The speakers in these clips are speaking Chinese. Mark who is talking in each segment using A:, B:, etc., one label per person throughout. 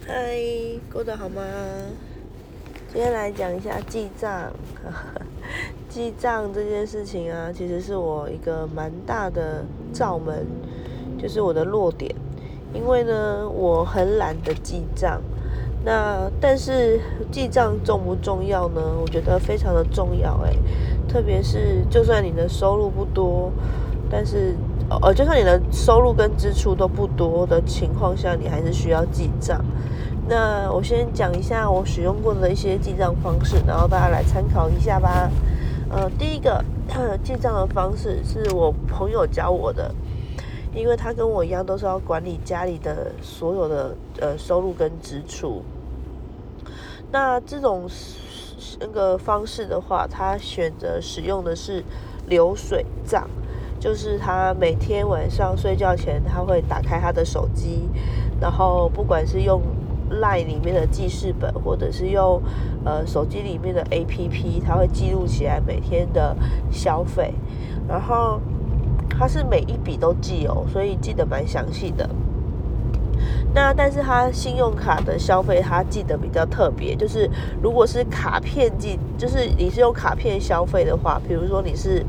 A: 嗨，过得好吗？今天来讲一下记账。记账这件事情啊，其实是我一个蛮大的罩门，就是我的弱点。因为呢，我很懒得记账。但是记账重不重要呢？我觉得非常的重要特别是就算你的收入不多，但是就算你的收入跟支出都不多的情况下，你还是需要记账。那我先讲一下我使用过的一些记账方式，然后大家来参考一下吧。第一个记账的方式是我朋友教我的，因为他跟我一样都是要管理家里的所有的收入跟支出。那这种方式的话，他选择使用的是流水账，就是他每天晚上睡觉前，他会打开他的手机，然后不管是用 LINE 里面的记事本，或者是用手机里面的 APP， 他会记录起来每天的消费，然后他是每一笔都记所以记得蛮详细的。但是他信用卡的消费他记得比较特别，就是如果是卡片就是你是用卡片消费的话，比如说你是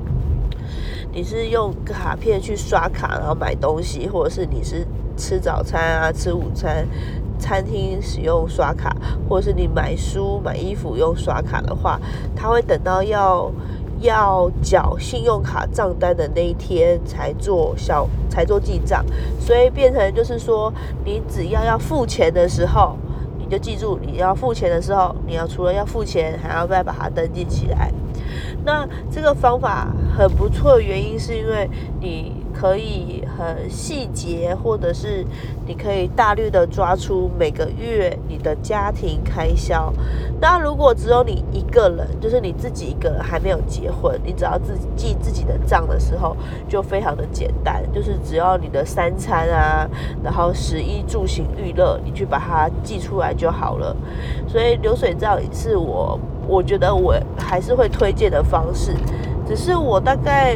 A: 用卡片去刷卡然后买东西，或者是你是吃早餐啊吃午餐餐厅使用刷卡，或者是你买书买衣服用刷卡的话，他会等到要缴信用卡账单的那一天才做记账。所以变成就是说，你只要付钱的时候，你就记住你要付钱的时候，你除了要付钱，还要再把它登记起来。那这个方法很不错的原因是因为你可以很细节，或者是你可以大略的抓出每个月你的家庭开销。那如果只有你一个人，就是你自己一个人还没有结婚，你只要记自己的账的时候，就非常的简单，就是只要你的三餐啊，然后食衣住行娱乐，你去把它记出来就好了。所以流水账是我觉得我还是会推荐的方式，只是我大概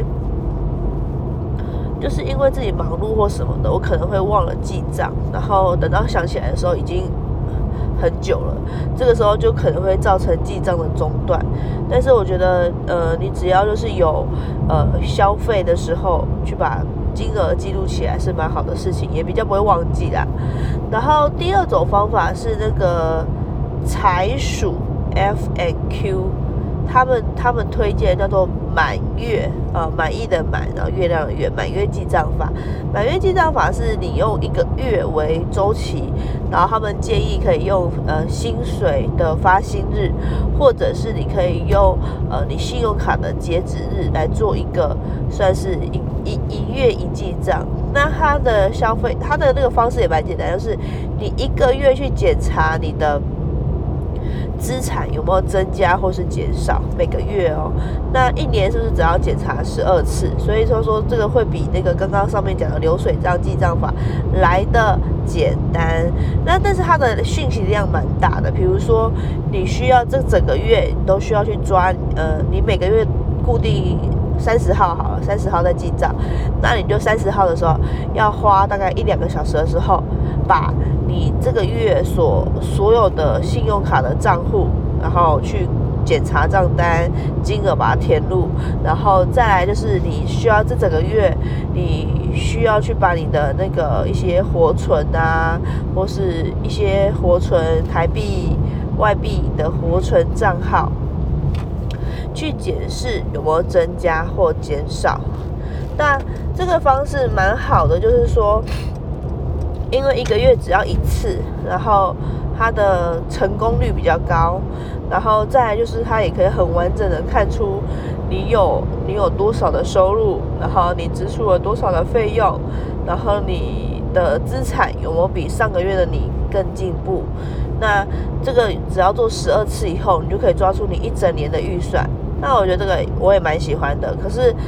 A: 就是因为自己忙碌或什么的，我可能会忘了记账，然后等到想起来的时候已经很久了，这个时候就可能会造成记账的中断。但是我觉得你只要就是有消费的时候去把金额记录起来是蛮好的事情，也比较不会忘记啦。然后第二种方法是那个财鼠 F&Q， 他们推荐叫做满月满意的满，然后月亮的月，满月记账法。满月记账法是你用一个月为周期，然后他们建议可以用薪水的发薪日，或者是你可以用你信用卡的截止日来做一个算是一月一记账。那他的消费，他的那个方式也蛮简单，就是你一个月去检查你的资产有没有增加或是减少，每个月那一年是不是只要检查12次？所以说这个会比那个刚刚上面讲的流水账记账法来的简单。但是它的讯息量蛮大的，比如说你需要这整个月你都需要去抓你每个月固定30号好了，30号再记账，那你就30号的时候要花大概1-2个小时的时候，把你这个月所有的信用卡的账户，然后去检查账单金额把它填入，然后再来就是你需要这整个月你需要去把你的那个一些活存啊，或是一些活存台币外币的活存账号去检视有没有增加或减少。那这个方式蛮好的，就是说因为一个月只要一次，然后它的成功率比较高，然后再来就是它也可以很完整的看出你有多少的收入，然后你支出了多少的费用，然后你的资产有没有比上个月的你更进步。那这个只要做12次以后，你就可以抓出你一整年的预算。那我觉得这个我也蛮喜欢的，可是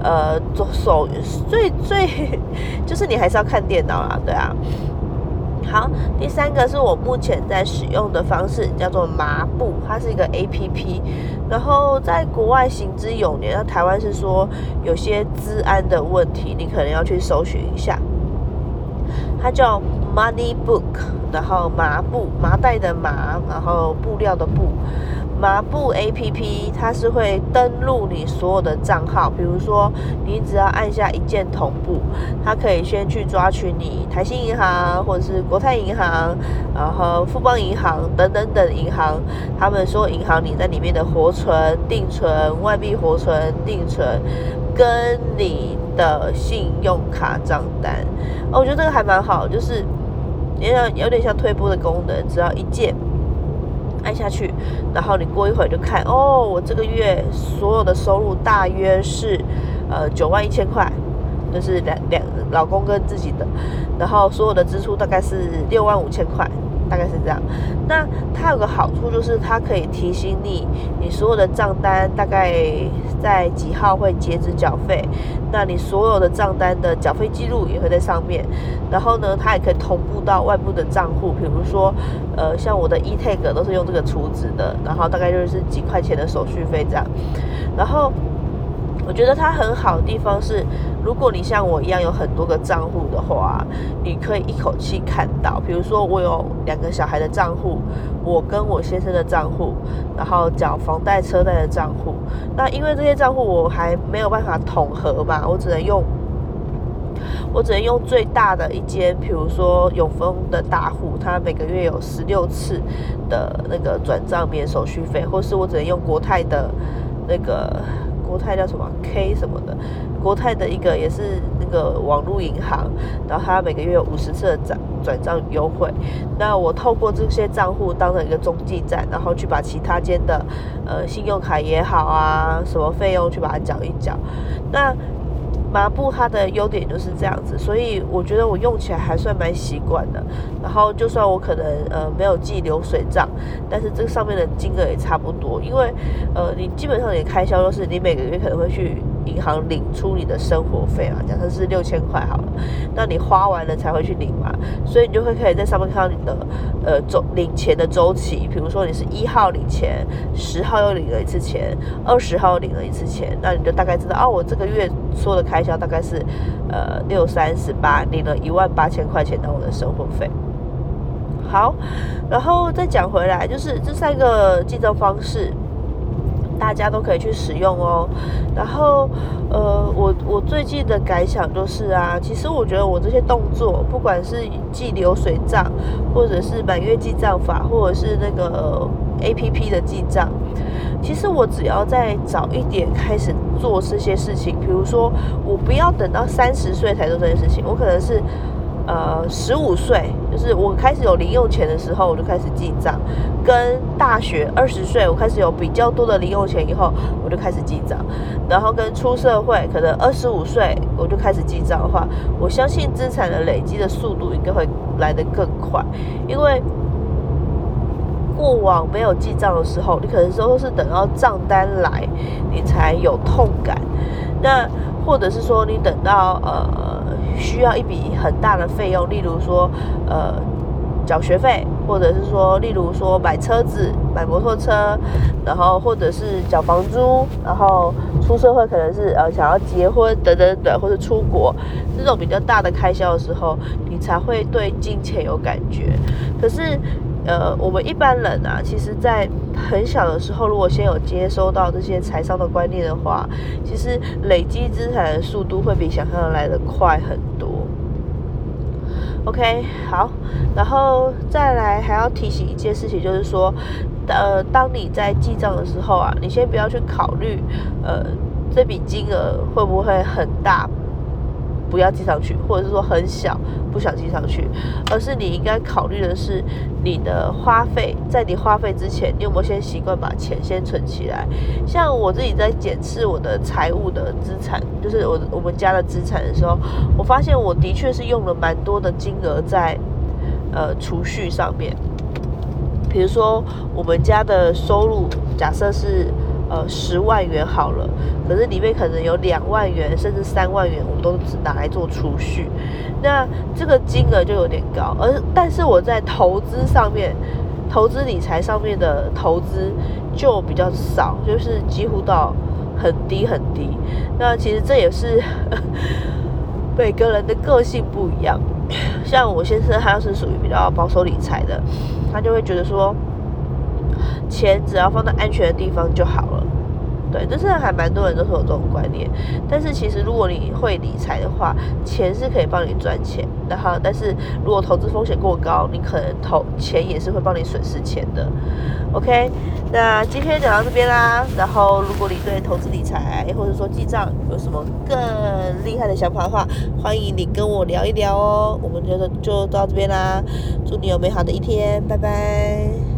A: 最就是你还是要看电脑啦，对啊。好，第三个是我目前在使用的方式，叫做麻布，它是一个 APP， 然后在国外行之有年，那台湾是说有些资安的问题，你可能要去搜寻一下，它叫 Money Book， 然后麻布，麻袋的麻，然后布料的布。麻布 APP 它是会登录你所有的账号，比如说你只要按下一键同步，它可以先去抓取你台新银行或者是国泰银行，然后富邦银行等等等银行，他们所有银行你在里面的活存、定存、外币活存、定存，跟你的信用卡账单。我觉得这个还蛮好，就是有点像推播的功能，只要一键按下去，然后你过一会儿就看哦，我这个月所有的收入大约是91000块，就是两老公跟自己的，然后所有的支出大概是65000块，大概是这样。那它有个好处就是它可以提醒你所有的账单大概在几号会截止缴费，那你所有的账单的缴费记录也会在上面。然后呢，它也可以同步到外部的账户，比如说像我的 eTag 都是用这个储值的，然后大概就是几块钱的手续费这样。然后我觉得它很好的地方是，如果你像我一样有很多个账户的话，你可以一口气看到。比如说我有2个小孩的账户，我跟我先生的账户，然后缴房贷车贷的账户。那因为这些账户我还没有办法统合嘛，我只能用最大的一间，比如说永丰的大户，它每个月有16次的那个转账免手续费，或是我只能用国泰的那个国泰叫什么 K 什么的，国泰的一个也是那个网络银行，然后它每个月有50次的转账优惠。那我透过这些账户当成一个中继站，然后去把其他间的信用卡也好啊，什么费用去把它缴一缴。那麻布它的优点就是这样子，所以我觉得我用起来还算蛮习惯的。然后就算我可能没有记流水账，但是这个上面的金额也差不多，因为你基本上你的开销就是你每个月可能会去银行领出你的生活费嘛，假设是6000块好了，那你花完了才会去领嘛，所以你就会可以在上面看到你的领钱的周期，比如说你是1号领钱，10号又领了一次钱，20号又领了一次钱，那你就大概知道哦，我这个月所有的开销大概是6318，领了18000块钱当我的生活费。好，然后再讲回来，就是这3个记账方式大家都可以去使用哦。然后我最近的感想就是啊，其实我觉得我这些动作，不管是记流水账，或者是满月记账法，或者是那个APP 的记账，其实我只要再早一点开始做这些事情，比如说我不要等到30岁才做这件事情，我可能是15岁，就是我开始有零用钱的时候，我就开始记账；跟大学20岁，我开始有比较多的零用钱以后，我就开始记账；然后跟出社会，可能25岁我就开始记账的话，我相信资产的累积的速度应该会来得更快，因为过往没有记账的时候，你可能都是等到账单来，你才有痛感。那或者是说，你等到需要一笔很大的费用，例如说缴学费，或者是说例如说买车子、买摩托车，然后或者是缴房租，然后出社会可能是想要结婚等等等，或者出国这种比较大的开销的时候，你才会对金钱有感觉。可是我们一般人啊，其实在很小的时候，如果先有接收到这些财商的观念的话，其实累积资产的速度会比想象的来得快很多。OK， 好，然后再来还要提醒一件事情，就是说，当你在记账的时候啊，你先不要去考虑，这笔金额会不会很大，不要记上去，或者是说很小，不想记上去，而是你应该考虑的是你的花费，在你花费之前，你有没有先习惯把钱先存起来？像我自己在检视我的财务的资产，就是我们家的资产的时候，我发现我的确是用了蛮多的金额在储蓄上面。比如说我们家的收入假设是10万元好了，可是里面可能有2万元甚至3万元，我都只拿来做储蓄，那这个金额就有点高。但是我在投资上面，投资理财上面的投资就比较少，就是几乎到很低很低。那其实这也是每个人的个性不一样。 像我先生他要是属于比较保守理财的，他就会觉得说，钱只要放在安全的地方就好了。对，但是还蛮多人都是有这种观念。但是其实如果你会理财的话，钱是可以帮你赚钱，然后但是如果投资风险过高，你可能钱也是会帮你损失钱的。OK， 那今天讲到这边啦。然后如果你对投资理财或者说记账有什么更厉害的想法的话，欢迎你跟我聊一聊哦。我们就到这边啦，祝你有美好的一天，拜拜。